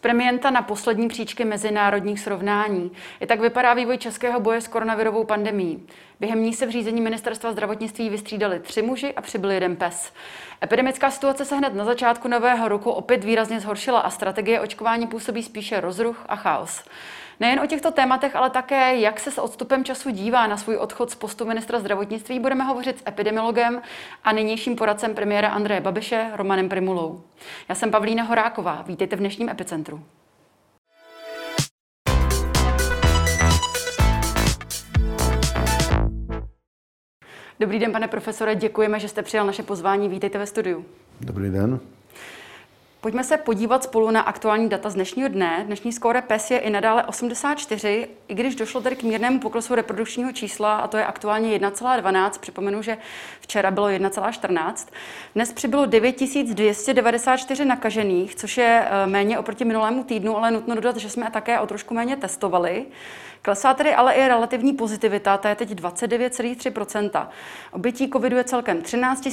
premienta na poslední příčky mezinárodních srovnání. I tak vypadá vývoj českého boje s koronavirovou pandemií. Během ní se v řízení ministerstva zdravotnictví vystřídali 3 muži a přibyl 1 pes. Epidemická situace se hned na začátku nového roku opět výrazně zhoršila a strategie očkování působí spíše rozruch a chaos. Nejen o těchto tématech, ale také, jak se s odstupem času dívá na svůj odchod z postu ministra zdravotnictví, budeme hovořit s epidemiologem a nynějším poradcem premiéra Andreje Babiše Romanem Prymulou. Já jsem Pavlína Horáková, vítejte v dnešním Epicentru. Dobrý den, pane profesore, děkujeme, že jste přijal naše pozvání. Vítejte ve studiu. Dobrý den. Pojďme se podívat spolu na aktuální data z dnešního dne. Dnešní skóre PES je i nadále 84, i když došlo tedy k mírnému poklesu reprodukčního čísla, a to je aktuálně 1,12. Připomenu, že včera bylo 1,14. Dnes přibylo 9294 nakažených, což je méně oproti minulému týdnu, ale nutno dodat, že jsme také o trošku méně testovali. Klesá tedy ale i relativní pozitivita, ta je teď 29,3%. Obětí covidu je celkem 13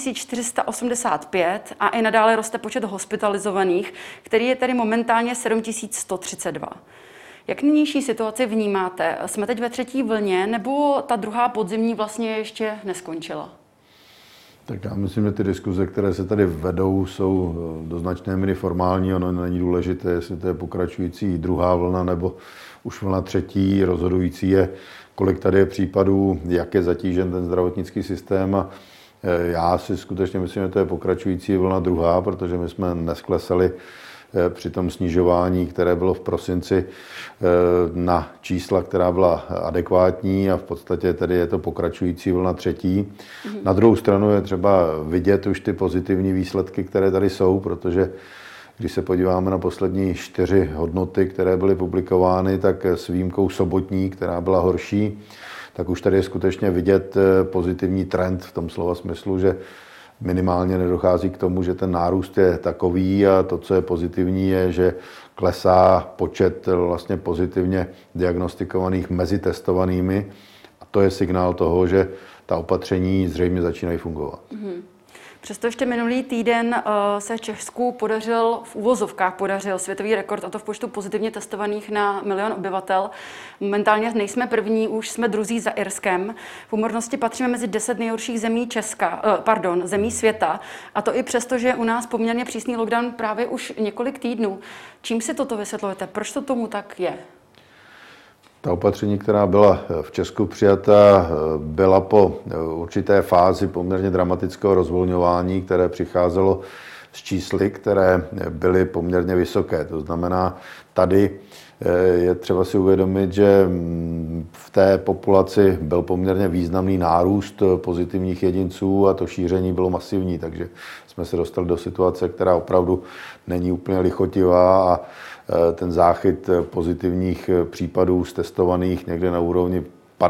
485 a i nadále roste počet hospitalizovaných, který je tedy momentálně 7132. Jak nynější situaci vnímáte? Jsme teď ve 3. vlně, nebo ta druhá podzimní vlastně ještě neskončila? Tak já myslím, že ty diskuze, které se tady vedou, jsou do značné míry formální. Ono není důležité, jestli to je pokračující druhá vlna nebo už vlna 3. Rozhodující je, kolik tady je případů, jak je zatížen ten zdravotnický systém. A já si skutečně myslím, že to je pokračující vlna 2, protože my jsme nesklesali při tom snižování, které bylo v prosinci, na čísla, která byla adekvátní, a v podstatě tedy je to pokračující vlna 3. Na druhou stranu je třeba vidět už ty pozitivní výsledky, které tady jsou, protože když se podíváme na poslední 4 hodnoty, které byly publikovány, tak s výjimkou sobotní, která byla horší, tak už tady je skutečně vidět pozitivní trend v tom slova smyslu, že minimálně nedochází k tomu, že ten nárůst je takový, a to, co je pozitivní, je, že klesá počet vlastně pozitivně diagnostikovaných mezi testovanými, a to je signál toho, že ta opatření zřejmě začínají fungovat. Přesto ještě minulý týden se Česku v uvozovkách podařil světový rekord, a to v počtu pozitivně testovaných na milion obyvatel. Momentálně nejsme první, už jsme druzí za Irskem. V úmrtnosti patříme mezi 10 nejhorších zemí světa, a to i přesto, že je u nás poměrně přísný lockdown právě už několik týdnů. Čím si toto vysvětlujete? Proč to tomu tak je? Ta opatření, která byla v Česku přijata, byla po určité fázi poměrně dramatického rozvolňování, které přicházelo s čísly, které byly poměrně vysoké. To znamená, tady je třeba si uvědomit, že v té populaci byl poměrně významný nárůst pozitivních jedinců a to šíření bylo masivní, takže jsme se dostali do situace, která opravdu není úplně lichotivá, a ten záchyt pozitivních případů z testovaných někde na úrovni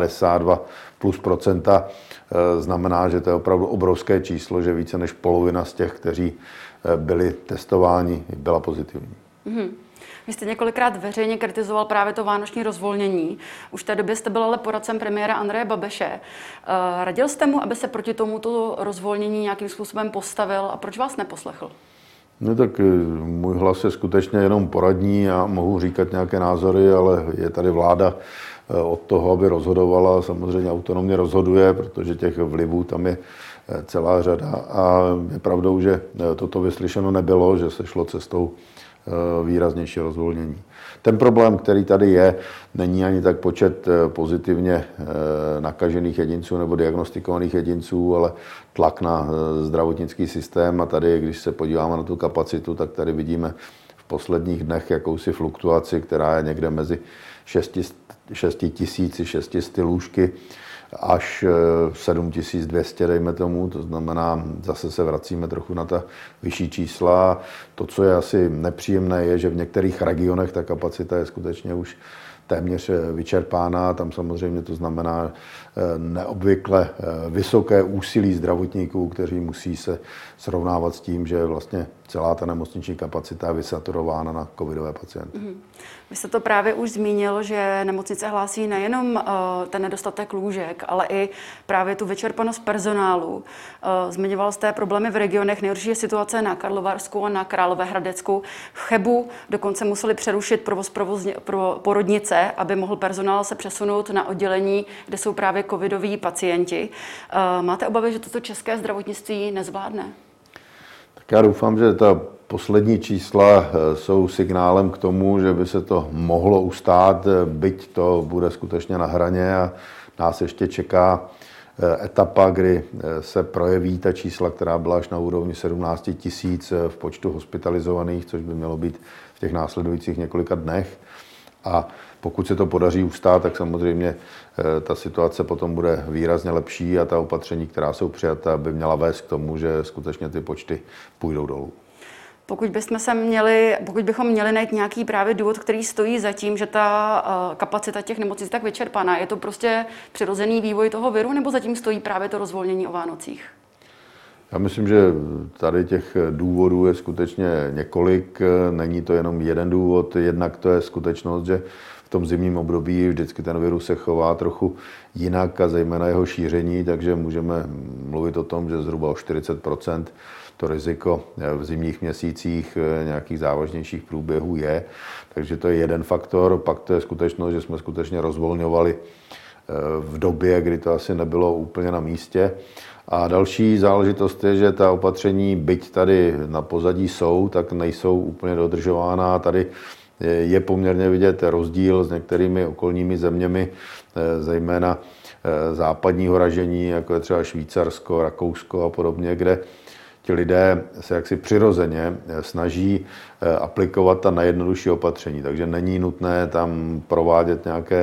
52+% znamená, že to je opravdu obrovské číslo, že více než polovina z těch, kteří byli testováni, byla pozitivní. Vy jste několikrát veřejně kritizoval právě to vánoční rozvolnění. Už v té době jste byl ale poradcem premiéra Andreje Babiše. Radil jste mu, aby se proti tomuto rozvolnění nějakým způsobem postavil, a proč vás neposlechl? No tak můj hlas je skutečně jenom poradní, já mohu říkat nějaké názory, ale je tady vláda od toho, aby rozhodovala. Samozřejmě autonomně rozhoduje, protože těch vlivů tam je celá řada, a je pravdou, že toto vyslyšeno nebylo, že se šlo cestou výraznější rozvolnění. Ten problém, který tady je, není ani tak počet pozitivně nakažených jedinců nebo diagnostikovaných jedinců, ale tlak na zdravotnický systém. A tady, když se podíváme na tu kapacitu, tak tady vidíme v posledních dnech jakousi fluktuaci, která je někde mezi 6 600 lůžky až 7200, dejme tomu, to znamená, zase se vracíme trochu na ta vyšší čísla. To, co je asi nepříjemné, je, že v některých regionech ta kapacita je skutečně už téměř vyčerpána. Tam samozřejmě to znamená neobvykle vysoké úsilí zdravotníků, kteří musí se srovnávat s tím, že vlastně celá ta nemocniční kapacita je vysaturována na covidové pacienty. Vy jste to právě už zmínil, že nemocnice hlásí nejenom ten nedostatek lůžek, ale i právě tu vyčerpanost personálu. Zmiňoval jste problémy v regionech, nejhorší je situace na Karlovarsku a na Královéhradecku. V Chebu dokonce museli přerušit provoz porodnice, aby mohl personál se přesunout na oddělení, kde jsou právě covidoví pacienti. Máte obavy, že toto české zdravotnictví nezvládne? Tak já doufám, že ta poslední čísla jsou signálem k tomu, že by se to mohlo ustát, byť to bude skutečně na hraně a nás ještě čeká etapa, kdy se projeví ta čísla, která byla až na úrovni 17 000 v počtu hospitalizovaných, což by mělo být v těch následujících několika dnech. A pokud se to podaří ustát, tak samozřejmě ta situace potom bude výrazně lepší a ta opatření, která jsou přijata, by měla vést k tomu, že skutečně ty počty půjdou dolů. Pokud bychom měli najít nějaký právě důvod, který stojí za tím, že ta kapacita těch nemocnic tak vyčerpaná, je to prostě přirozený vývoj toho viru, nebo zatím stojí právě to rozvolnění o Vánocích? Já myslím, že tady těch důvodů je skutečně několik. Není to jenom jeden důvod. Jednak to je skutečnost, že v tom zimním období vždycky ten virus se chová trochu jinak a zejména jeho šíření, takže můžeme mluvit o tom, že zhruba o 40% to riziko v zimních měsících nějakých závažnějších průběhů je. Takže to je jeden faktor. Pak to je skutečnost, že jsme skutečně rozvolňovali v době, kdy to asi nebylo úplně na místě. A další záležitost je, že ta opatření, byť tady na pozadí jsou, tak nejsou úplně dodržována. Tady je poměrně vidět rozdíl s některými okolními zeměmi, zejména západního ražení, jako je třeba Švýcarsko, Rakousko a podobně, kde ti lidé se jaksi přirozeně snaží aplikovat ta nejjednodušší opatření. Takže není nutné tam provádět nějaké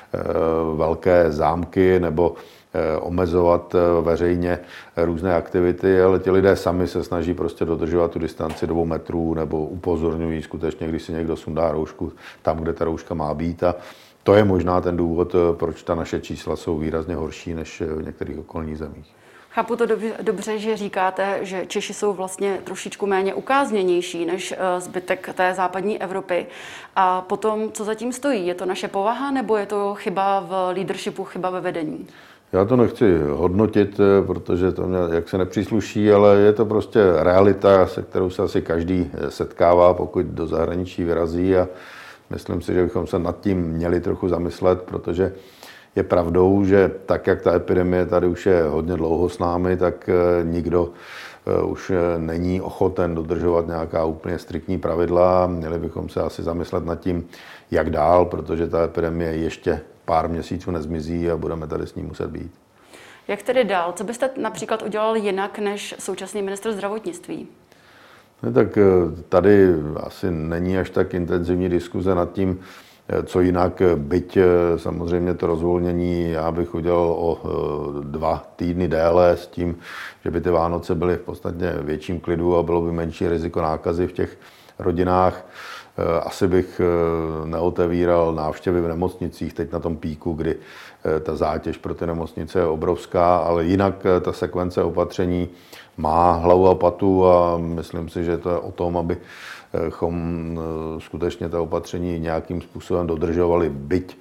velké zámky nebo omezovat veřejně různé aktivity, ale ti lidé sami se snaží prostě dodržovat tu distanci 2 metrů nebo upozorňují skutečně, když si někdo sundá roušku tam, kde ta rouška má být. A to je možná ten důvod, proč ta naše čísla jsou výrazně horší než v některých okolních zemích. Chápu to dobře, že říkáte, že Češi jsou vlastně trošičku méně ukázněnější než zbytek té západní Evropy. A potom, co zatím stojí? Je to naše povaha, nebo je to chyba v leadershipu, chyba ve vedení? Já to nechci hodnotit, protože to mě jak se nepřísluší, ale je to prostě realita, se kterou se asi každý setkává, pokud do zahraničí vyrazí, a myslím si, že bychom se nad tím měli trochu zamyslet, protože je pravdou, že tak, jak ta epidemie tady už je hodně dlouho s námi, tak nikdo už není ochoten dodržovat nějaká úplně striktní pravidla. Měli bychom se asi zamyslet nad tím, jak dál, protože ta epidemie ještě pár měsíců nezmizí a budeme tady s ní muset být. Jak tedy dál? Co byste například udělal jinak než současný ministr zdravotnictví? No, tak tady asi není až tak intenzivní diskuze nad tím, co jinak, byť samozřejmě to rozvolnění já bych udělal o 2 týdny déle s tím, že by ty Vánoce byly v podstatě větším klidu a bylo by menší riziko nákazy v těch rodinách. Asi bych neotevíral návštěvy v nemocnicích teď na tom píku, kdy ta zátěž pro ty nemocnice je obrovská, ale jinak ta sekvence opatření má hlavu a patu a myslím si, že to je o tom, abychom skutečně ta opatření nějakým způsobem dodržovali, byť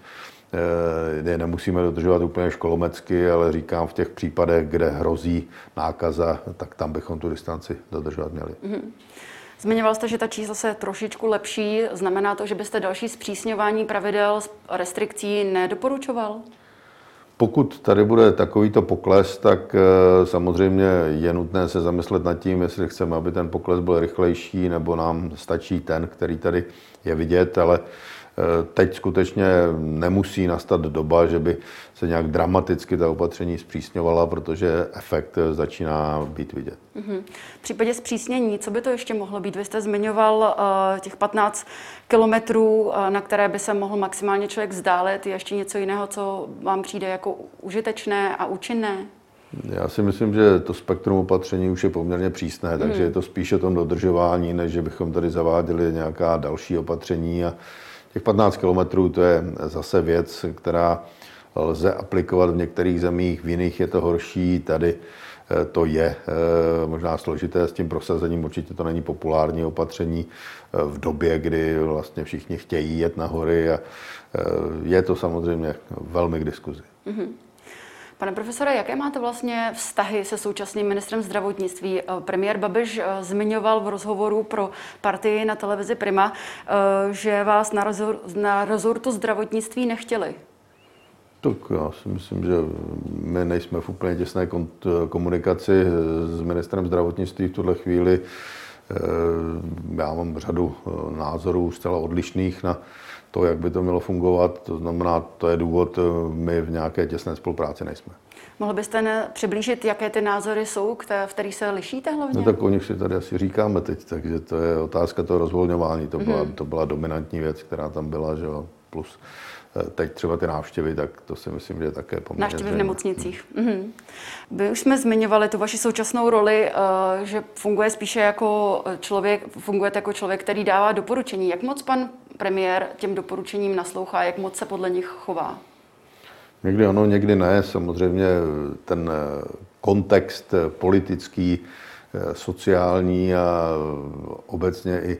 je nemusíme dodržovat úplně školomecky, ale říkám, v těch případech, kde hrozí nákaza, tak tam bychom tu distanci dodržovat měli. Zmiňoval jste, že ta čísla se trošičku lepší. Znamená to, že byste další zpřísňování pravidel, restrikcí nedoporučoval? Pokud tady bude takovýto pokles, tak samozřejmě je nutné se zamyslet nad tím, jestli chceme, aby ten pokles byl rychlejší, nebo nám stačí ten, který tady je vidět, ale teď skutečně nemusí nastat doba, že by se nějak dramaticky ta opatření zpřísňovala, protože efekt začíná být vidět. V případě zpřísnění, co by to ještě mohlo být? Vy jste zmiňoval těch 15 kilometrů, na které by se mohl maximálně člověk vzdálit. Je ještě něco jiného, co vám přijde jako užitečné a účinné? Já si myslím, že to spektrum opatření už je poměrně přísné, takže je to spíš o tom dodržování, než že bychom tady zaváděli nějaká další opatření a Těch 15 kilometrů to je zase věc, která lze aplikovat v některých zemích, v jiných je to horší. Tady to je možná složité s tím prosazením, určitě to není populární opatření v době, kdy vlastně všichni chtějí jet na hory a je to samozřejmě velmi k diskuzi. Mm-hmm. Pane profesore, jaké máte vlastně vztahy se současným ministrem zdravotnictví? Premiér Babiš zmiňoval v rozhovoru pro Partii na televizi Prima, že vás na rezortu zdravotnictví nechtěli. Tak já si myslím, že my nejsme v úplně těsné komunikaci s ministrem zdravotnictví v tuhle chvíli. Já mám řadu názorů zcela odlišných na to, jak by to mělo fungovat. To znamená, to je důvod, my v nějaké těsné spolupráci nejsme. Mohl byste přiblížit, jaké ty názory jsou, v kterých se lišíte hlavně? No tak o nich si tady asi říkáme teď, takže to je otázka toho rozvolňování. To byla dominantní věc, která tam byla, že jo, plus teď třeba ty návštěvy, tak to si myslím, že je také poměrně návštěvy v nemocnicích. Vy už jsme zmiňovali tu vaši současnou roli, že fungujete jako člověk, který dává doporučení. Jak moc pan premiér těm doporučením naslouchá, jak moc se podle nich chová? Někdy ano, někdy ne. Samozřejmě ten kontext politický, sociální a obecně i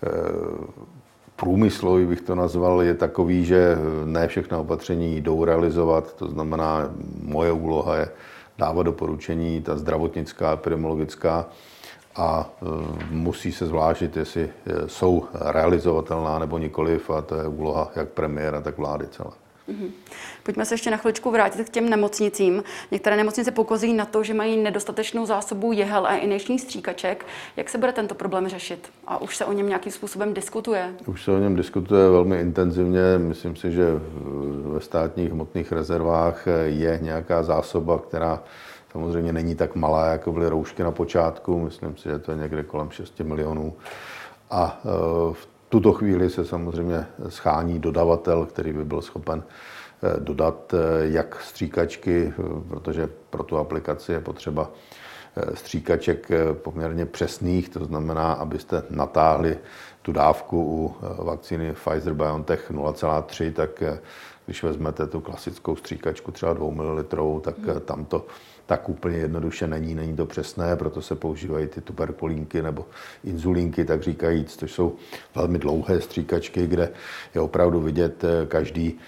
průmyslový bych to nazval, je takový, že ne všechna opatření jdou realizovat. To znamená, moje úloha je dávat doporučení, ta zdravotnická, epidemiologická, a musí se zvážit, jestli jsou realizovatelná nebo nikoliv, a to je úloha jak premiéra, tak vlády celé. Pojďme se ještě na chviličku vrátit k těm nemocnicím. Některé nemocnice poukazují na to, že mají nedostatečnou zásobu jehel a injekčních stříkaček. Jak se bude tento problém řešit? A už se o něm nějakým způsobem diskutuje? Už se o něm diskutuje velmi intenzivně. Myslím si, že ve státních hmotných rezervách je nějaká zásoba, která samozřejmě není tak malá, jako byly roušky na počátku. Myslím si, že to je někde kolem 6 milionů. A v tuto chvíli se samozřejmě schání dodavatel, který by byl schopen dodat jak stříkačky, protože pro tu aplikaci je potřeba stříkaček poměrně přesných, to znamená, abyste natáhli tu dávku u vakcíny Pfizer-BioNTech 0,3, tak když vezmete tu klasickou stříkačku třeba 2 ml, tak tam to tak úplně jednoduše není to přesné, proto se používají ty tuberkulínky nebo inzulínky, tak říkajíc, což jsou velmi dlouhé stříkačky, kde je opravdu vidět každý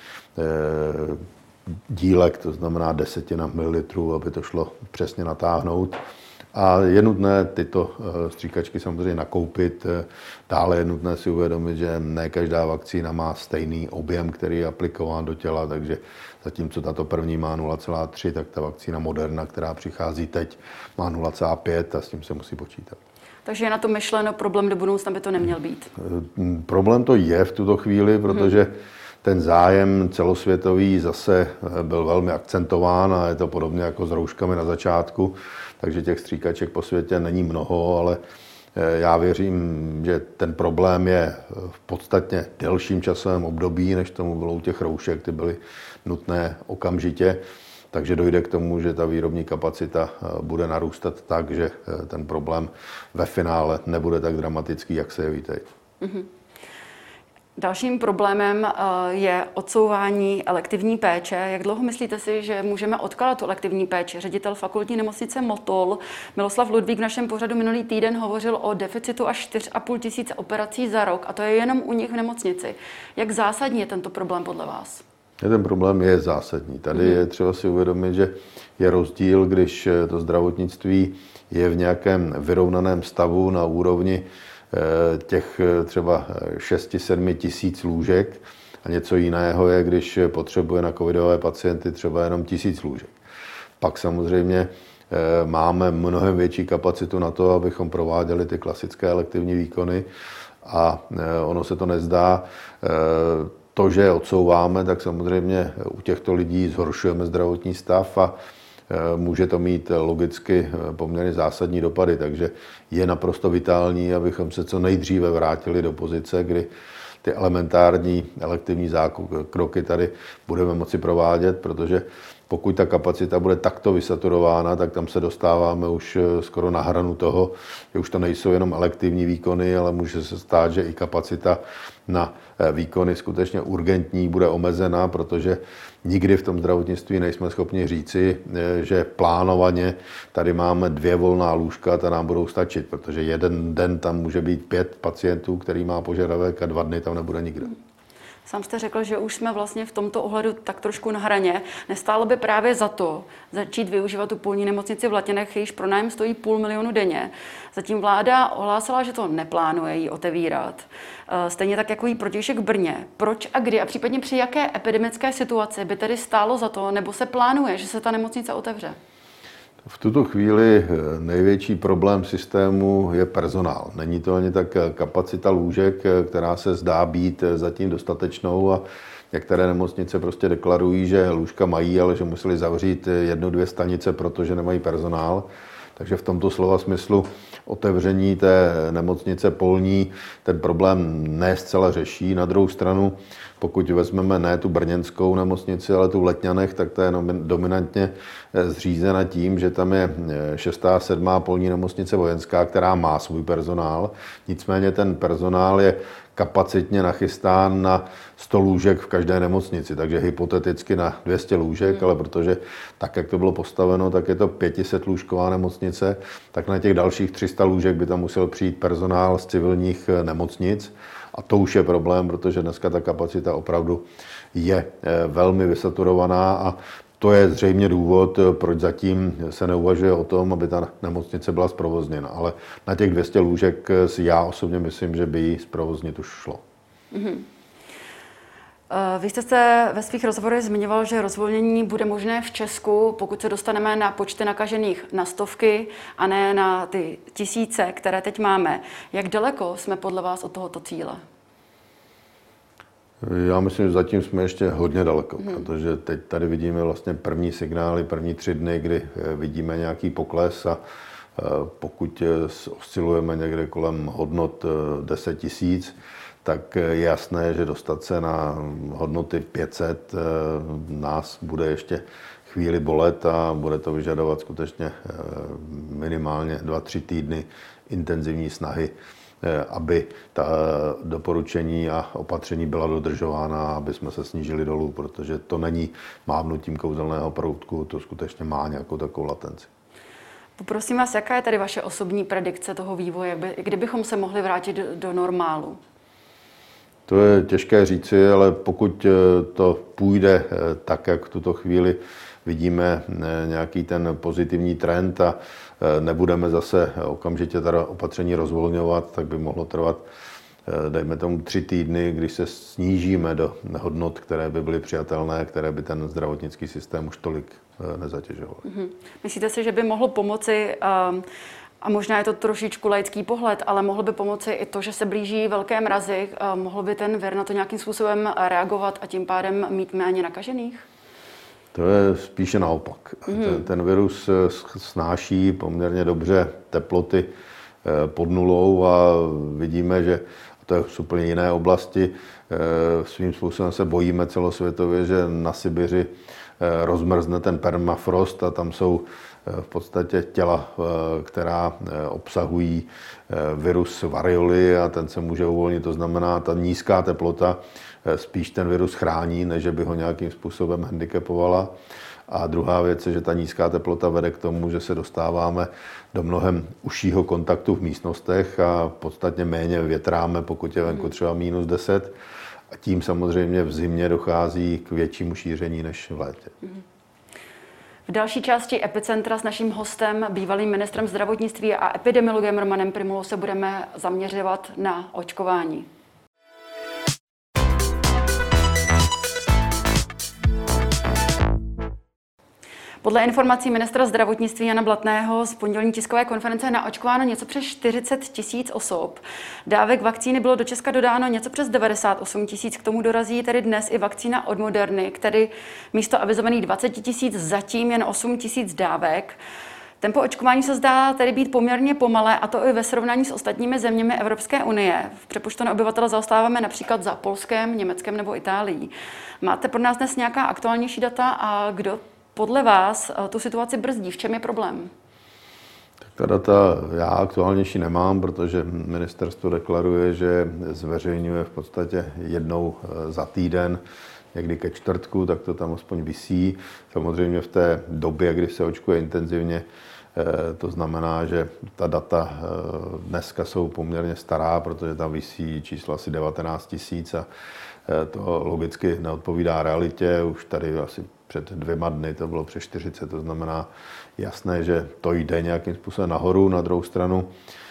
dílek, to znamená desetina mililitrů, aby to šlo přesně natáhnout. A je nutné tyto stříkačky samozřejmě nakoupit. Dále je nutné si uvědomit, že ne každá vakcína má stejný objem, který je aplikován do těla, takže zatímco tato první má 0,3, tak ta vakcína Moderna, která přichází teď, má 0,5 a s tím se musí počítat. Takže je na to myšleno, problém do budoucna by to neměl být? Problém to je v tuto chvíli, protože ten zájem celosvětový zase byl velmi akcentován a je to podobně jako s rouškami na začátku, takže těch stříkaček po světě není mnoho, ale já věřím, že ten problém je v podstatně delším časovém období, než tomu bylo u těch roušek, ty byly nutné okamžitě, takže dojde k tomu, že ta výrobní kapacita bude narůstat tak, že ten problém ve finále nebude tak dramatický, jak se jeví teď. Dalším problémem je odsouvání elektivní péče. Jak dlouho myslíte si, že můžeme odkládat tu elektivní péči? Ředitel fakultní nemocnice Motol Miloslav Ludvík v našem pořadu minulý týden hovořil o deficitu až 4 500 operací za rok, a to je jenom u nich v nemocnici. Jak zásadní je tento problém podle vás? Ten problém je zásadní. Tady je třeba si uvědomit, že je rozdíl, když to zdravotnictví je v nějakém vyrovnaném stavu na úrovni těch třeba 6-7 tisíc lůžek a něco jiného je, když potřebuje na covidové pacienty třeba jenom 1000 lůžek. Pak samozřejmě máme mnohem větší kapacitu na to, abychom prováděli ty klasické elektivní výkony a ono se to nezdá. To, že odsouváme, tak samozřejmě u těchto lidí zhoršujeme zdravotní stav a může to mít logicky poměrně zásadní dopady, takže je naprosto vitální, abychom se co nejdříve vrátili do pozice, kdy ty elementární elektivní kroky tady budeme moci provádět, protože pokud ta kapacita bude takto vysaturována, tak tam se dostáváme už skoro na hranu toho, že už to nejsou jenom elektivní výkony, ale může se stát, že i kapacita na výkony skutečně urgentní bude omezená, protože nikdy v tom zdravotnictví nejsme schopni říci, že plánovaně tady máme 2 volná lůžka, ta nám budou stačit, protože jeden den tam může být 5 pacientů, který má požadavek a 2 dny tam nebude nikdo. Sám jste řekl, že už jsme vlastně v tomto ohledu tak trošku na hraně. Nestálo by právě za to začít využívat tu polní nemocnici v Latinech, jejíž pronájem stojí 500 000 denně. Zatím vláda ohlásila, že to neplánuje ji otevírat. Stejně tak jako jí protějšek v Brně. Proč a kdy a případně při jaké epidemické situaci by tedy stálo za to, nebo se plánuje, že se ta nemocnice otevře? V tuto chvíli největší problém systému je personál. Není to ani tak kapacita lůžek, která se zdá být zatím dostatečnou a některé nemocnice prostě deklarují, že lůžka mají, ale že museli zavřít 1-2 stanice, protože nemají personál. Takže v tomto slova smyslu otevření té nemocnice polní ten problém ne zcela řeší. Na druhou stranu, pokud vezmeme ne tu brněnskou nemocnici, ale tu v Letňanech, tak ta je dominantně zřízena tím, že tam je 6. a 7. polní nemocnice vojenská, která má svůj personál. Nicméně ten personál je kapacitně nachystán na 100 lůžek v každé nemocnici, takže hypoteticky na 200 lůžek, ale protože tak, jak to bylo postaveno, tak je to 500 lůžková nemocnice, tak na těch dalších 300 lůžek by tam musel přijít personál z civilních nemocnic. A to už je problém, protože dneska ta kapacita opravdu je velmi vysaturovaná a to je zřejmě důvod, proč zatím se neuvažuje o tom, aby ta nemocnice byla zprovozněna. Ale na těch 200 lůžek si já osobně myslím, že by ji zprovoznit už šlo. Mm-hmm. Vy jste se ve svých rozhovorech zmiňoval, že rozvolnění bude možné v Česku, pokud se dostaneme na počty nakažených na stovky a ne na ty tisíce, které teď máme. Jak daleko jsme podle vás od tohoto cíle? Já myslím, že zatím jsme ještě hodně daleko, protože teď tady vidíme vlastně první signály, první 3 dny, kdy vidíme nějaký pokles a pokud oscilujeme někde kolem hodnot 10 000, tak je jasné, že dostat se na hodnoty 500 nás bude ještě chvíli bolet a bude to vyžadovat skutečně minimálně 2-3 týdny intenzivní snahy, aby ta doporučení a opatření byla dodržována, aby jsme se snížili dolů, protože to není mávnutím kouzelného proutku, to skutečně má nějakou takovou latenci. Poprosím vás, jaká je tady vaše osobní predikce toho vývoje, kdybychom se mohli vrátit do normálu? To je těžké říci, ale pokud to půjde tak, jak v tuto chvíli vidíme nějaký ten pozitivní trend a nebudeme zase okamžitě teda opatření rozvolňovat, tak by mohlo trvat, dejme tomu 3 týdny, když se snížíme do hodnot, které by byly přijatelné, které by ten zdravotnický systém už tolik nezatěžovaly. Myslíte si, že by mohlo pomoci, a možná je to trošičku laický pohled, ale mohlo by pomoci i to, že se blíží velké mrazy, mohl by ten vir na to nějakým způsobem reagovat a tím pádem mít méně nakažených? To je spíše naopak. Ten virus snáší poměrně dobře teploty pod nulou a vidíme, že to je v úplně jiné oblasti. Svým způsobem se bojíme celosvětově, že na Sibiři rozmrzne ten permafrost a tam jsou v podstatě těla, která obsahují virus varioly a ten se může uvolnit. To znamená, ta nízká teplota spíš ten virus chrání, než by ho nějakým způsobem handicapovala. A druhá věc je, že ta nízká teplota vede k tomu, že se dostáváme do mnohem užšího kontaktu v místnostech a podstatně méně větráme, pokud je venku třeba -10. A tím samozřejmě v zimě dochází k většímu šíření než v létě. V další části Epicentra s naším hostem, bývalým ministrem zdravotnictví a epidemiologem Romanem Prymulou, se budeme zaměřovat na očkování. Podle informací ministra zdravotnictví Jana Blatného z pondělní tiskové konference naočkováno něco přes 40 000 osob. Dávek vakcíny bylo do Česka dodáno něco přes 98 000. K tomu dorazí tedy dnes i vakcína od Moderny, který místo avizovaných 20 000 zatím jen 8 000 dávek. Tempo očkování se zdá tedy být poměrně pomalé, a to i ve srovnání s ostatními zeměmi Evropské unie. V přepočtu na obyvatele zaostáváme například za Polskem, Německem nebo Itálií. Máte pro nás dnes nějaká aktuálnější data a kdo podle vás tu situaci brzdí? V čem je problém? Ta data já aktuálnější nemám, protože ministerstvo deklaruje, že zveřejňuje v podstatě jednou za týden, někdy ke čtvrtku, tak to tam aspoň visí. Samozřejmě v té době, kdy se očkuje intenzivně, to znamená, že ta data dneska jsou poměrně stará, protože tam visí číslo asi 19 000 a to logicky neodpovídá realitě. Už tady asi před 2 dny to bylo přes 40, to znamená jasné, že to jde nějakým způsobem nahoru. Na druhou stranu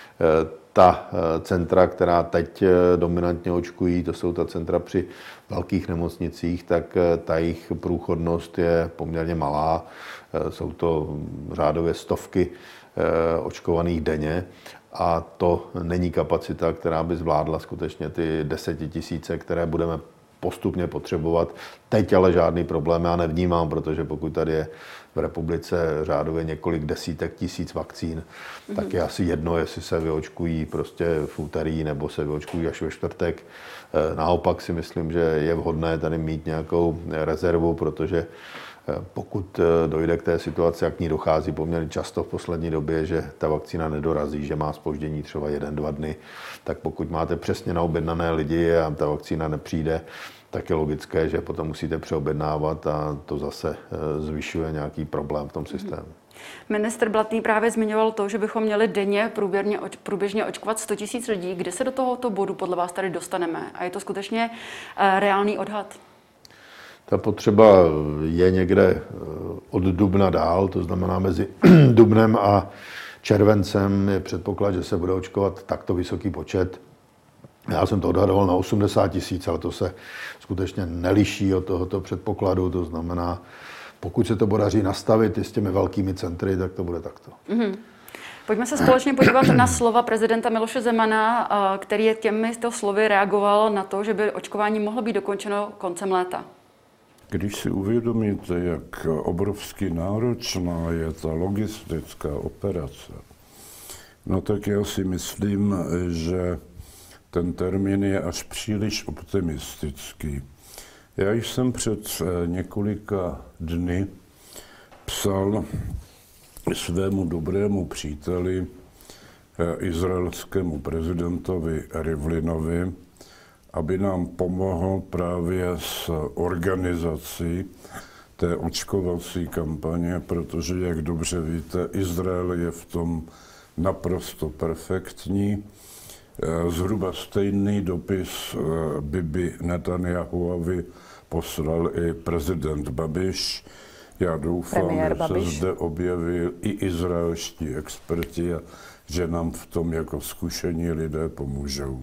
ta centra, která teď dominantně očkují, to jsou ta centra při velkých nemocnicích, tak ta jejich průchodnost je poměrně malá. Jsou to řádově stovky očkovaných denně a to není kapacita, která by zvládla skutečně ty 10 000, které budeme postupně potřebovat. Teď ale žádný problém já nevnímám, protože pokud tady je v republice řádově několik desítek tisíc vakcín, tak je asi jedno, jestli se vyočkují prostě v úterý nebo se vyočkují až ve čtvrtek. Naopak si myslím, že je vhodné tady mít nějakou rezervu, protože pokud dojde k té situaci, jak k ní dochází poměrně často v poslední době, že ta vakcína nedorazí, že má zpoždění třeba 1-2 dny, tak pokud máte přesně naobjednané lidi a ta vakcína nepřijde, tak je logické, že potom musíte přeobjednávat a to zase zvyšuje nějaký problém v tom systému. Ministr Blatný právě zmiňoval to, že bychom měli denně průběžně očkovat 100 000 lidí. Kdy se do tohoto bodu podle vás tady dostaneme? A je to skutečně reálný odhad? Ta potřeba je někde od dubna dál, to znamená mezi dubnem a červencem je předpoklad, že se bude očkovat takto vysoký počet. Já jsem to odhadoval na 80 000, ale to se skutečně neliší od tohoto předpokladu, to znamená, pokud se to podaří nastavit i s těmi velkými centry, tak to bude takto. Pojďme se společně podívat na slova prezidenta Miloše Zemana, který těmito slovy reagoval na to, že by očkování mohlo být dokončeno koncem léta. Když si uvědomíte, jak obrovsky náročná je ta logistická operace, no tak já si myslím, že ten termín je až příliš optimistický. Já jsem před několika dny psal svému dobrému příteli, izraelskému prezidentovi Rivlinovi, aby nám pomohl právě s organizací té očkovací kampaně, protože, jak dobře víte, Izrael je v tom naprosto perfektní. Zhruba stejný dopis Bibi Netanjahuovi poslal i prezident Babiš. Já doufám, že se zde objeví i izraelští experti a že nám v tom jako zkušení lidé pomůžou.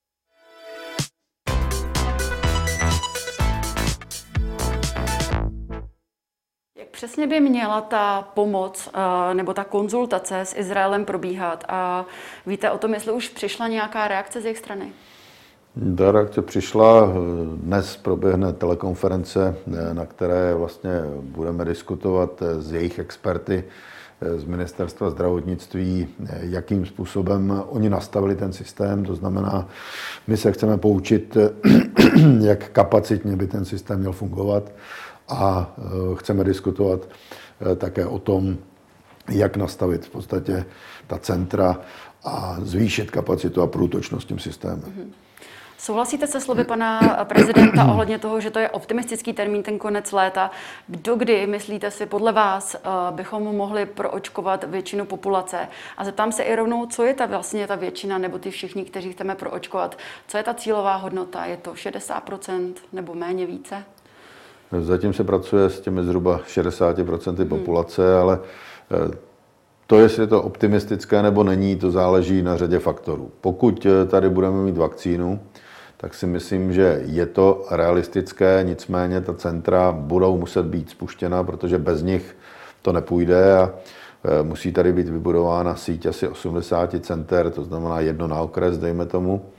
Přesně by měla ta pomoc nebo ta konzultace s Izraelem probíhat? A víte o tom, jestli už přišla nějaká reakce z jejich strany? Ta reakce přišla. Dnes proběhne telekonference, na které vlastně budeme diskutovat s jejich experty z Ministerstva zdravotnictví, jakým způsobem oni nastavili ten systém. To znamená, my se chceme poučit, jak kapacitně by ten systém měl fungovat. A chceme diskutovat také o tom, jak nastavit v podstatě ta centra a zvýšit kapacitu a průtočnost tím systémem. Souhlasíte se slovy pana prezidenta ohledně toho, že to je optimistický termín, ten konec léta? Dokdy, myslíte si, podle vás bychom mohli proočkovat většinu populace? A zeptám se i rovnou, co je vlastně ta většina nebo ty všichni, kteří chceme proočkovat? Co je ta cílová hodnota? Je to 60% nebo méně více? Zatím se pracuje s těmi zhruba 60% populace, ale to, jestli je to optimistické nebo není, to záleží na řadě faktorů. Pokud tady budeme mít vakcínu, tak si myslím, že je to realistické, nicméně ta centra budou muset být spuštěna, protože bez nich to nepůjde a musí tady být vybudována síť asi 80 center, to znamená jedno na okres, dejme tomu,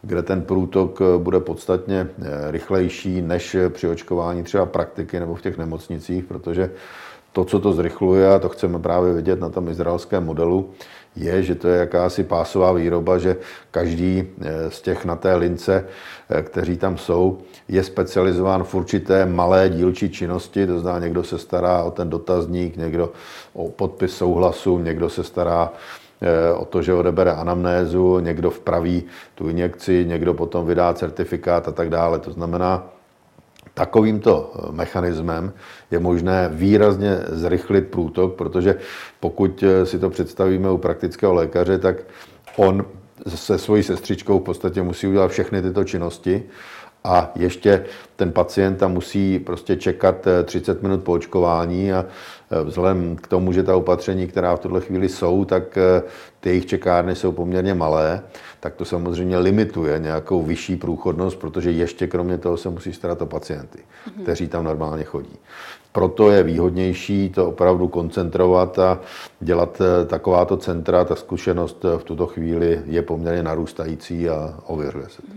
kde ten průtok bude podstatně rychlejší než při očkování třeba praktiky nebo v těch nemocnicích, protože to, co to zrychluje, a to chceme právě vidět na tom izraelském modelu, je, že to je jakási pásová výroba, že každý z těch na té lince, kteří tam jsou, je specializován v určité malé dílčí činnosti, to znamená, někdo se stará o ten dotazník, někdo o podpis souhlasu, někdo se stará o to, že odebere anamnézu, někdo vpraví tu injekci, někdo potom vydá certifikát a tak dále. To znamená, takovýmto mechanismem je možné výrazně zrychlit průtok, protože pokud si to představíme u praktického lékaře, tak on se svojí sestřičkou v podstatě musí udělat všechny tyto činnosti a ještě ten pacient tam musí prostě čekat 30 minut po očkování a vzhledem k tomu, že ta opatření, která v tuhle chvíli jsou, tak ty jejich čekárny jsou poměrně malé, tak to samozřejmě limituje nějakou vyšší průchodnost, protože ještě kromě toho se musí starat o pacienty, kteří tam normálně chodí. Proto je výhodnější to opravdu koncentrovat a dělat takováto centra. Ta zkušenost v tuto chvíli je poměrně narůstající a ověřuje se to.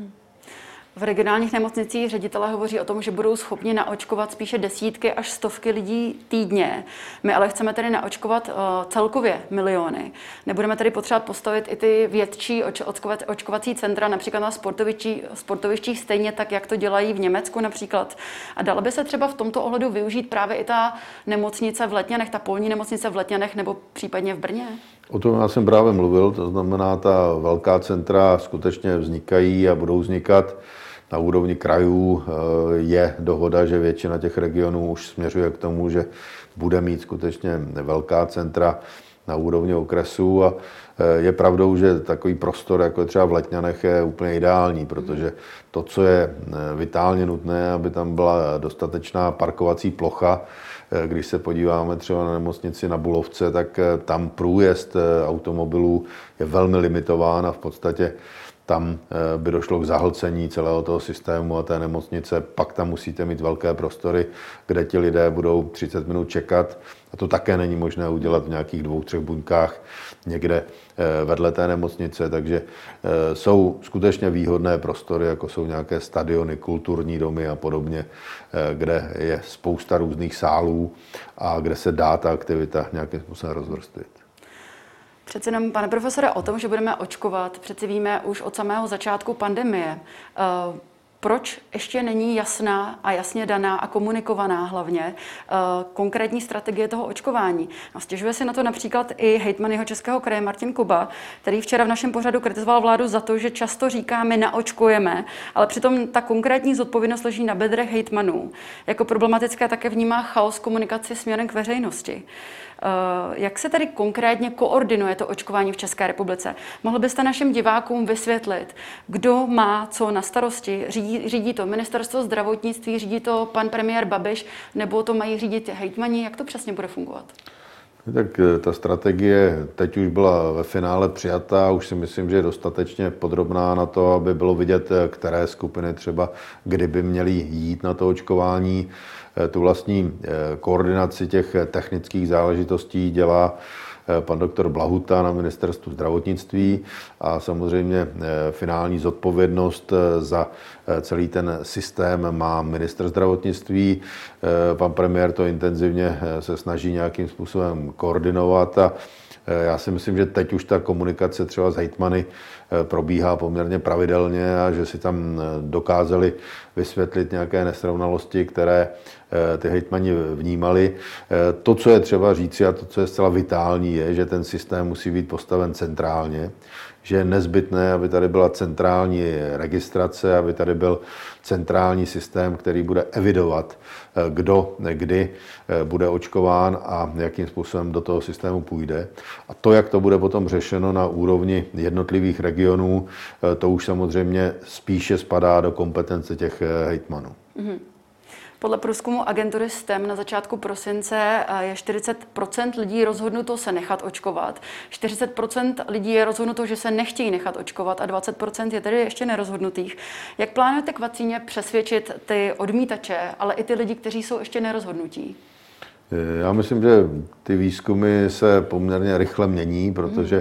V regionálních nemocnicích ředitelé hovoří o tom, že budou schopni naočkovat spíše desítky až stovky lidí týdně. My ale chceme tedy naočkovat celkově miliony. Nebudeme tedy potřebovat postavit i ty větší očkovací centra, například na sportovištích stejně tak, jak to dělají v Německu například. A dala by se třeba v tomto ohledu využít právě i ta nemocnice v Letňanech, ta polní nemocnice v Letňanech nebo případně v Brně? O tom já jsem právě mluvil, to znamená, ta velká centra skutečně vznikají a budou vznikat. Na úrovni krajů je dohoda, že většina těch regionů už směřuje k tomu, že bude mít skutečně velká centra na úrovni okresů a je pravdou, že takový prostor, jako je třeba v Letňanech, je úplně ideální, protože to, co je vitálně nutné, aby tam byla dostatečná parkovací plocha. Když se podíváme třeba na nemocnici na Bulovce, tak tam průjezd automobilů je velmi limitován a v podstatě tam by došlo k zahlcení celého toho systému a té nemocnice. Pak tam musíte mít velké prostory, kde ti lidé budou 30 minut čekat. A to také není možné udělat v nějakých 2-3 buňkách někde vedle té nemocnice. Takže jsou skutečně výhodné prostory, jako jsou nějaké stadiony, kulturní domy a podobně, kde je spousta různých sálů a kde se dá ta aktivita nějakým způsobem rozvrstvit. Přece jenom, pane profesore, o tom, že budeme očkovat, přeci víme už od samého začátku pandemie. Proč ještě není jasná a jasně daná a komunikovaná hlavně konkrétní strategie toho očkování? A stěžuje si na to například i hejtman Jihočeského kraje Martin Kuba, který včera v našem pořadu kritizoval vládu za to, že často říká, my naočkujeme, ale přitom ta konkrétní zodpovědnost leží na bedrech hejtmanů. Jako problematické také vnímá chaos komunikaci směrem k veřejnosti. Jak se tedy konkrétně koordinuje to očkování v České republice? Mohl byste našim divákům vysvětlit, kdo má co na starosti? Řídí to ministerstvo zdravotnictví, řídí to pan premiér Babiš, nebo to mají řídit hejtmani? Jak to přesně bude fungovat? Tak ta strategie teď už byla ve finále přijatá, už si myslím, že je dostatečně podrobná na to, aby bylo vidět, které skupiny třeba kdyby měly jít na to očkování. Tu vlastní koordinaci těch technických záležitostí dělá pan doktor Blahuta na ministerstvu zdravotnictví a samozřejmě finální zodpovědnost za celý ten systém má ministr zdravotnictví. Pan premiér to intenzivně se snaží nějakým způsobem koordinovat a já si myslím, že teď už ta komunikace třeba s hejtmany probíhá poměrně pravidelně a že si tam dokázali vysvětlit nějaké nesrovnalosti, které ty hejtmani vnímali. To, co je třeba říci a to, co je zcela vitální, je, že ten systém musí být postaven centrálně, že je nezbytné, aby tady byla centrální registrace, aby tady byl centrální systém, který bude evidovat, kdo, kdy bude očkován a jakým způsobem do toho systému půjde. A to, jak to bude potom řešeno na úrovni jednotlivých regionů, to už samozřejmě spíše spadá do kompetence těch hejtmanů. Mm-hmm. Podle průzkumu agentury STEM na začátku prosince je 40% lidí rozhodnuto se nechat očkovat. 40% lidí je rozhodnuto, že se nechtějí nechat očkovat a 20% je tedy ještě nerozhodnutých. Jak plánujete k vakcíně přesvědčit ty odmítače, ale i ty lidi, kteří jsou ještě nerozhodnutí? Já myslím, že ty výzkumy se poměrně rychle mění, protože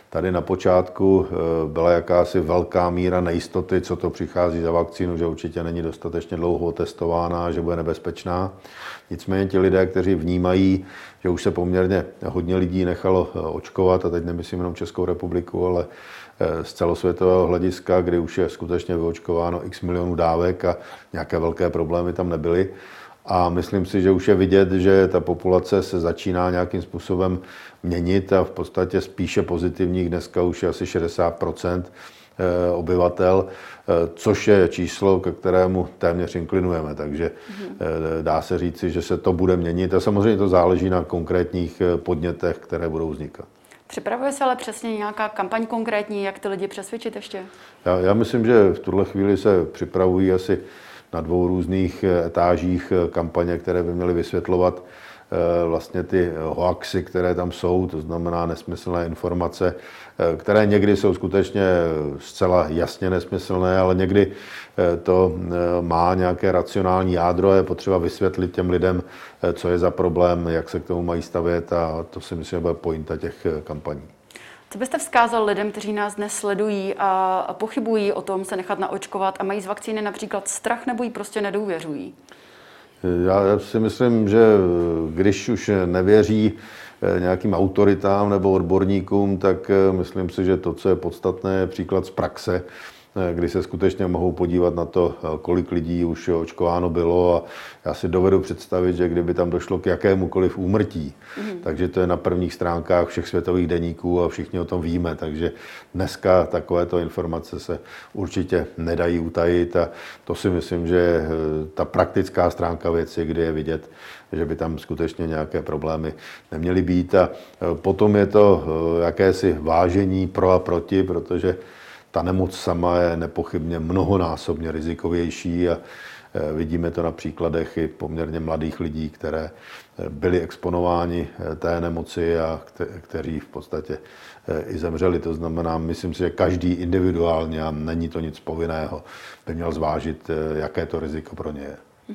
tady na počátku byla jakási velká míra nejistoty, co to přichází za vakcínu, že určitě není dostatečně dlouho testována, že bude nebezpečná. Nicméně ti lidé, kteří vnímají, že už se poměrně hodně lidí nechalo očkovat, a teď nemyslím jenom Českou republiku, ale z celosvětového hlediska, kdy už je skutečně vyočkováno x milionů dávek a nějaké velké problémy tam nebyly. A myslím si, že už je vidět, že ta populace se začíná nějakým způsobem měnit a v podstatě spíše pozitivních. Dneska už je asi 60% obyvatel, což je číslo, ke kterému téměř inklinujeme. Takže dá se říci, že se to bude měnit a samozřejmě to záleží na konkrétních podnětech, které budou vznikat. Připravuje se ale přesně nějaká kampaň konkrétní, jak ty lidi přesvědčit ještě? Já myslím, že v tuhle chvíli se připravují asi na 2 různých etážích kampaně, které by měly vysvětlovat vlastně ty hoaxy, které tam jsou, to znamená nesmyslné informace, které někdy jsou skutečně zcela jasně nesmyslné, ale někdy to má nějaké racionální jádro a je potřeba vysvětlit těm lidem, co je za problém, jak se k tomu mají stavět a to si myslím, že bude pointa těch kampaní. Co byste vzkázal lidem, kteří nás dnes sledují a pochybují o tom se nechat naočkovat a mají z vakcíny například strach nebo jí prostě nedůvěřují? Já si myslím, že když už nevěří nějakým autoritám nebo odborníkům, tak myslím si, že to, co je podstatné, je příklad z praxe, kdy se skutečně mohou podívat na to, kolik lidí už očkováno bylo a já si dovedu představit, že kdyby tam došlo k jakémukoliv úmrtí, takže to je na prvních stránkách všech světových deníků a všichni o tom víme, takže dneska takovéto informace se určitě nedají utajit a to si myslím, že je ta praktická stránka věci, kdy je vidět, že by tam skutečně nějaké problémy neměly být a potom je to jakési vážení pro a proti, protože ta nemoc sama je nepochybně mnohonásobně rizikovější a vidíme to na příkladech i poměrně mladých lidí, které byli exponováni té nemoci a kteří v podstatě i zemřeli. To znamená, myslím si, že každý individuálně, a není to nic povinného, by měl zvážit, jaké to riziko pro ně je.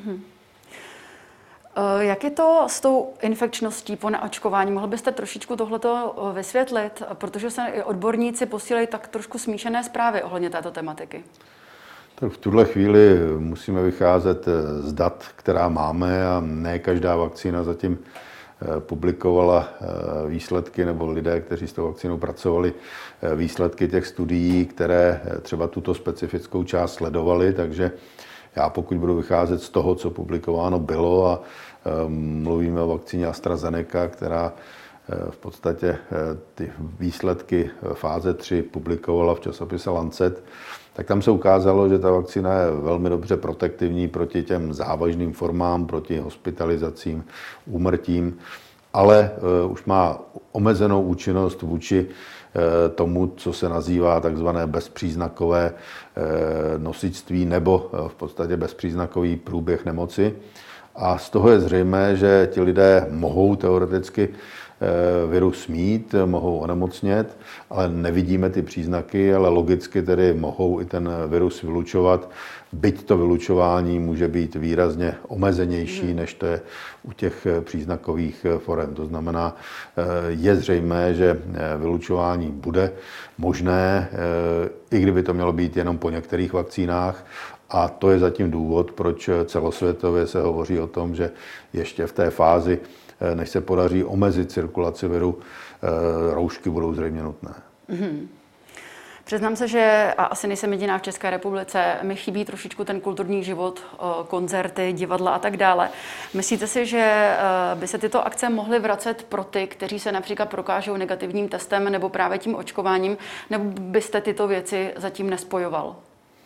Jak je to s tou infekčností po naočkování? Mohl byste trošičku tohleto vysvětlit? Protože se i odborníci posílají tak trošku smíšené zprávy ohledně této tematiky. Tak v tuhle chvíli musíme vycházet z dat, která máme a ne každá vakcína zatím publikovala výsledky, nebo lidé, kteří s tou vakcínou pracovali, výsledky těch studií, které třeba tuto specifickou část sledovali, takže já pokud budu vycházet z toho, co publikováno bylo a mluvíme o vakcíně AstraZeneca, která v podstatě ty výsledky fáze 3 publikovala v časopise Lancet, tak tam se ukázalo, že ta vakcína je velmi dobře protektivní proti těm závažným formám, proti hospitalizacím, úmrtím, ale už má omezenou účinnost vůči tomu, co se nazývá takzvané bezpříznakové nosičství nebo v podstatě bezpříznakový průběh nemoci. A z toho je zřejmé, že ti lidé mohou teoreticky virus mít, mohou onemocnět, ale nevidíme ty příznaky, ale logicky tedy mohou i ten virus vylučovat, byť to vylučování může být výrazně omezenější, než to je u těch příznakových forem. To znamená, je zřejmé, že vylučování bude možné, i kdyby to mělo být jenom po některých vakcínách, a to je zatím důvod, proč celosvětově se hovoří o tom, že ještě v té fázi, než se podaří omezit cirkulaci viru, roušky budou zřejmě nutné. Přiznám se, že, a asi nejsem jediná v České republice, mi chybí trošičku ten kulturní život, koncerty, divadla a tak dále. Myslíte si, že by se tyto akce mohly vracet pro ty, kteří se například prokážou negativním testem nebo právě tím očkováním, nebo byste tyto věci zatím nespojoval?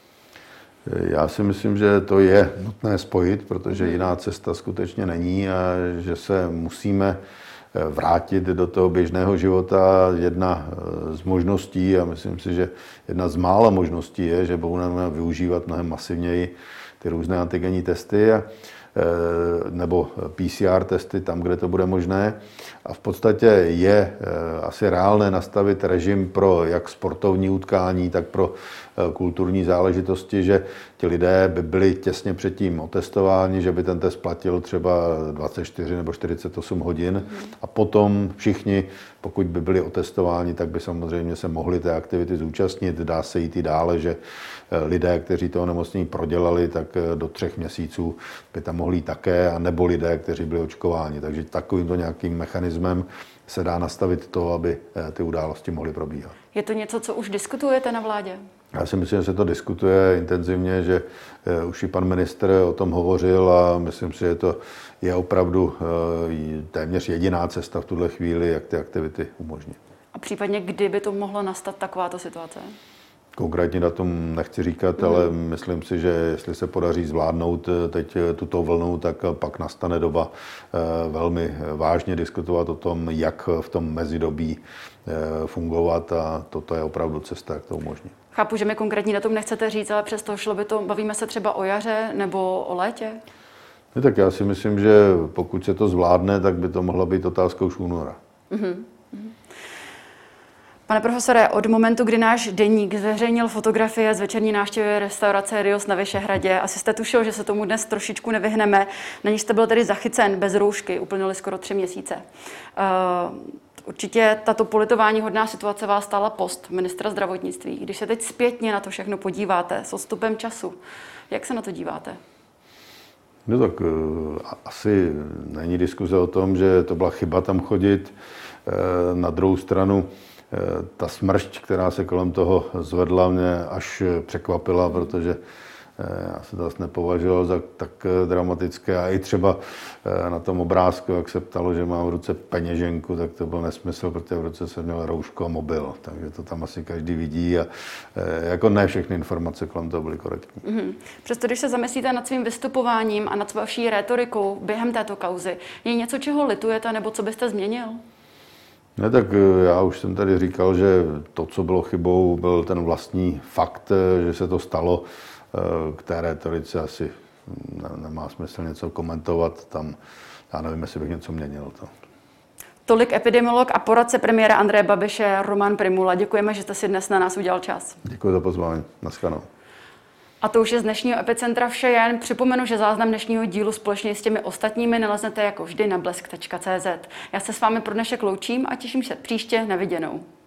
Já si myslím, že to je nutné spojit, protože jiná cesta skutečně není a že se musíme vrátit do toho běžného života. Jedna z možností, a myslím si, že jedna z mála možností je, že budeme využívat mnohem masivněji ty různé antigenní testy nebo PCR testy tam, kde to bude možné. A v podstatě je asi reálné nastavit režim pro jak sportovní utkání, tak pro kulturní záležitosti, že ti lidé by byli těsně předtím otestováni, že by ten test platil třeba 24 nebo 48 hodin a potom všichni, pokud by byli otestováni, tak by samozřejmě se mohli té aktivity zúčastnit. Dá se jít i dále, že lidé, kteří to onemocnění prodělali, tak do 3 měsíců by tam mohli také, a nebo lidé, kteří byli očkováni. Takže takovýmto nějakým mechanismem se dá nastavit to, aby ty události mohly probíhat. Je to něco, co už diskutujete na vládě? Já si myslím, že se to diskutuje intenzivně, že už i pan ministr o tom hovořil a myslím si, že to je opravdu téměř jediná cesta v tuhle chvíli, jak ty aktivity umožnit. A případně kdy by to mohlo nastat takováto situace? Konkrétní datum nechci říkat, ale myslím si, že jestli se podaří zvládnout teď tuto vlnu, tak pak nastane doba velmi vážně diskutovat o tom, jak v tom mezidobí fungovat, a toto je opravdu cesta, jak to umožnit. Chápu, že mi konkrétní datum nechcete říct, ale přesto bavíme se třeba o jaře nebo o létě? No, tak já si myslím, že pokud se to zvládne, tak by to mohla být otázka už února. Pane profesore, od momentu, kdy náš deník zveřejnil fotografie z večerní návštěvy restaurace Rios na Vyšehradě, asi jste tušil, že se tomu dnes trošičku nevyhneme, na níž jste byl tedy zachycen bez roušky, uplynuly skoro 3 měsíce. Určitě tato politováníhodná situace vás stála post ministra zdravotnictví. Když se teď zpětně na to všechno podíváte s odstupem času, jak se na to díváte? No tak asi není diskuze o tom, že to byla chyba tam chodit. Na druhou stranu ta smršť, která se kolem toho zvedla, mě až překvapila, protože já se to zase nepovažoval za tak dramatické. A i třeba na tom obrázku, jak se ptalo, že mám v ruce peněženku, tak to byl nesmysl, protože v ruce jsem měl roušku a mobil. Takže to tam asi každý vidí a jako ne všechny informace kolem toho byly korektní. Přesto, když se zamyslíte nad svým vystupováním a nad vaší rétorikou během této kauzy, je něco, čeho litujete nebo co byste změnil? Ne, tak já už jsem tady říkal, že to, co bylo chybou, byl ten vlastní fakt, že se to stalo. K té rétorice asi nemá smysl něco komentovat. Tam, já nevím, jestli bych něco měnil. Tolik epidemiolog a poradce premiéra Andreje Babiše Roman Prymula. Děkujeme, že jste si dnes na nás udělal čas. Děkuji za pozvání. Naschledanou. A to už je z dnešního Epicentra vše jen. Připomenu, že záznam dnešního dílu společně s těmi ostatními naleznete jako vždy na blesk.cz. Já se s vámi pro dnešek loučím a těším se příště na viděnou.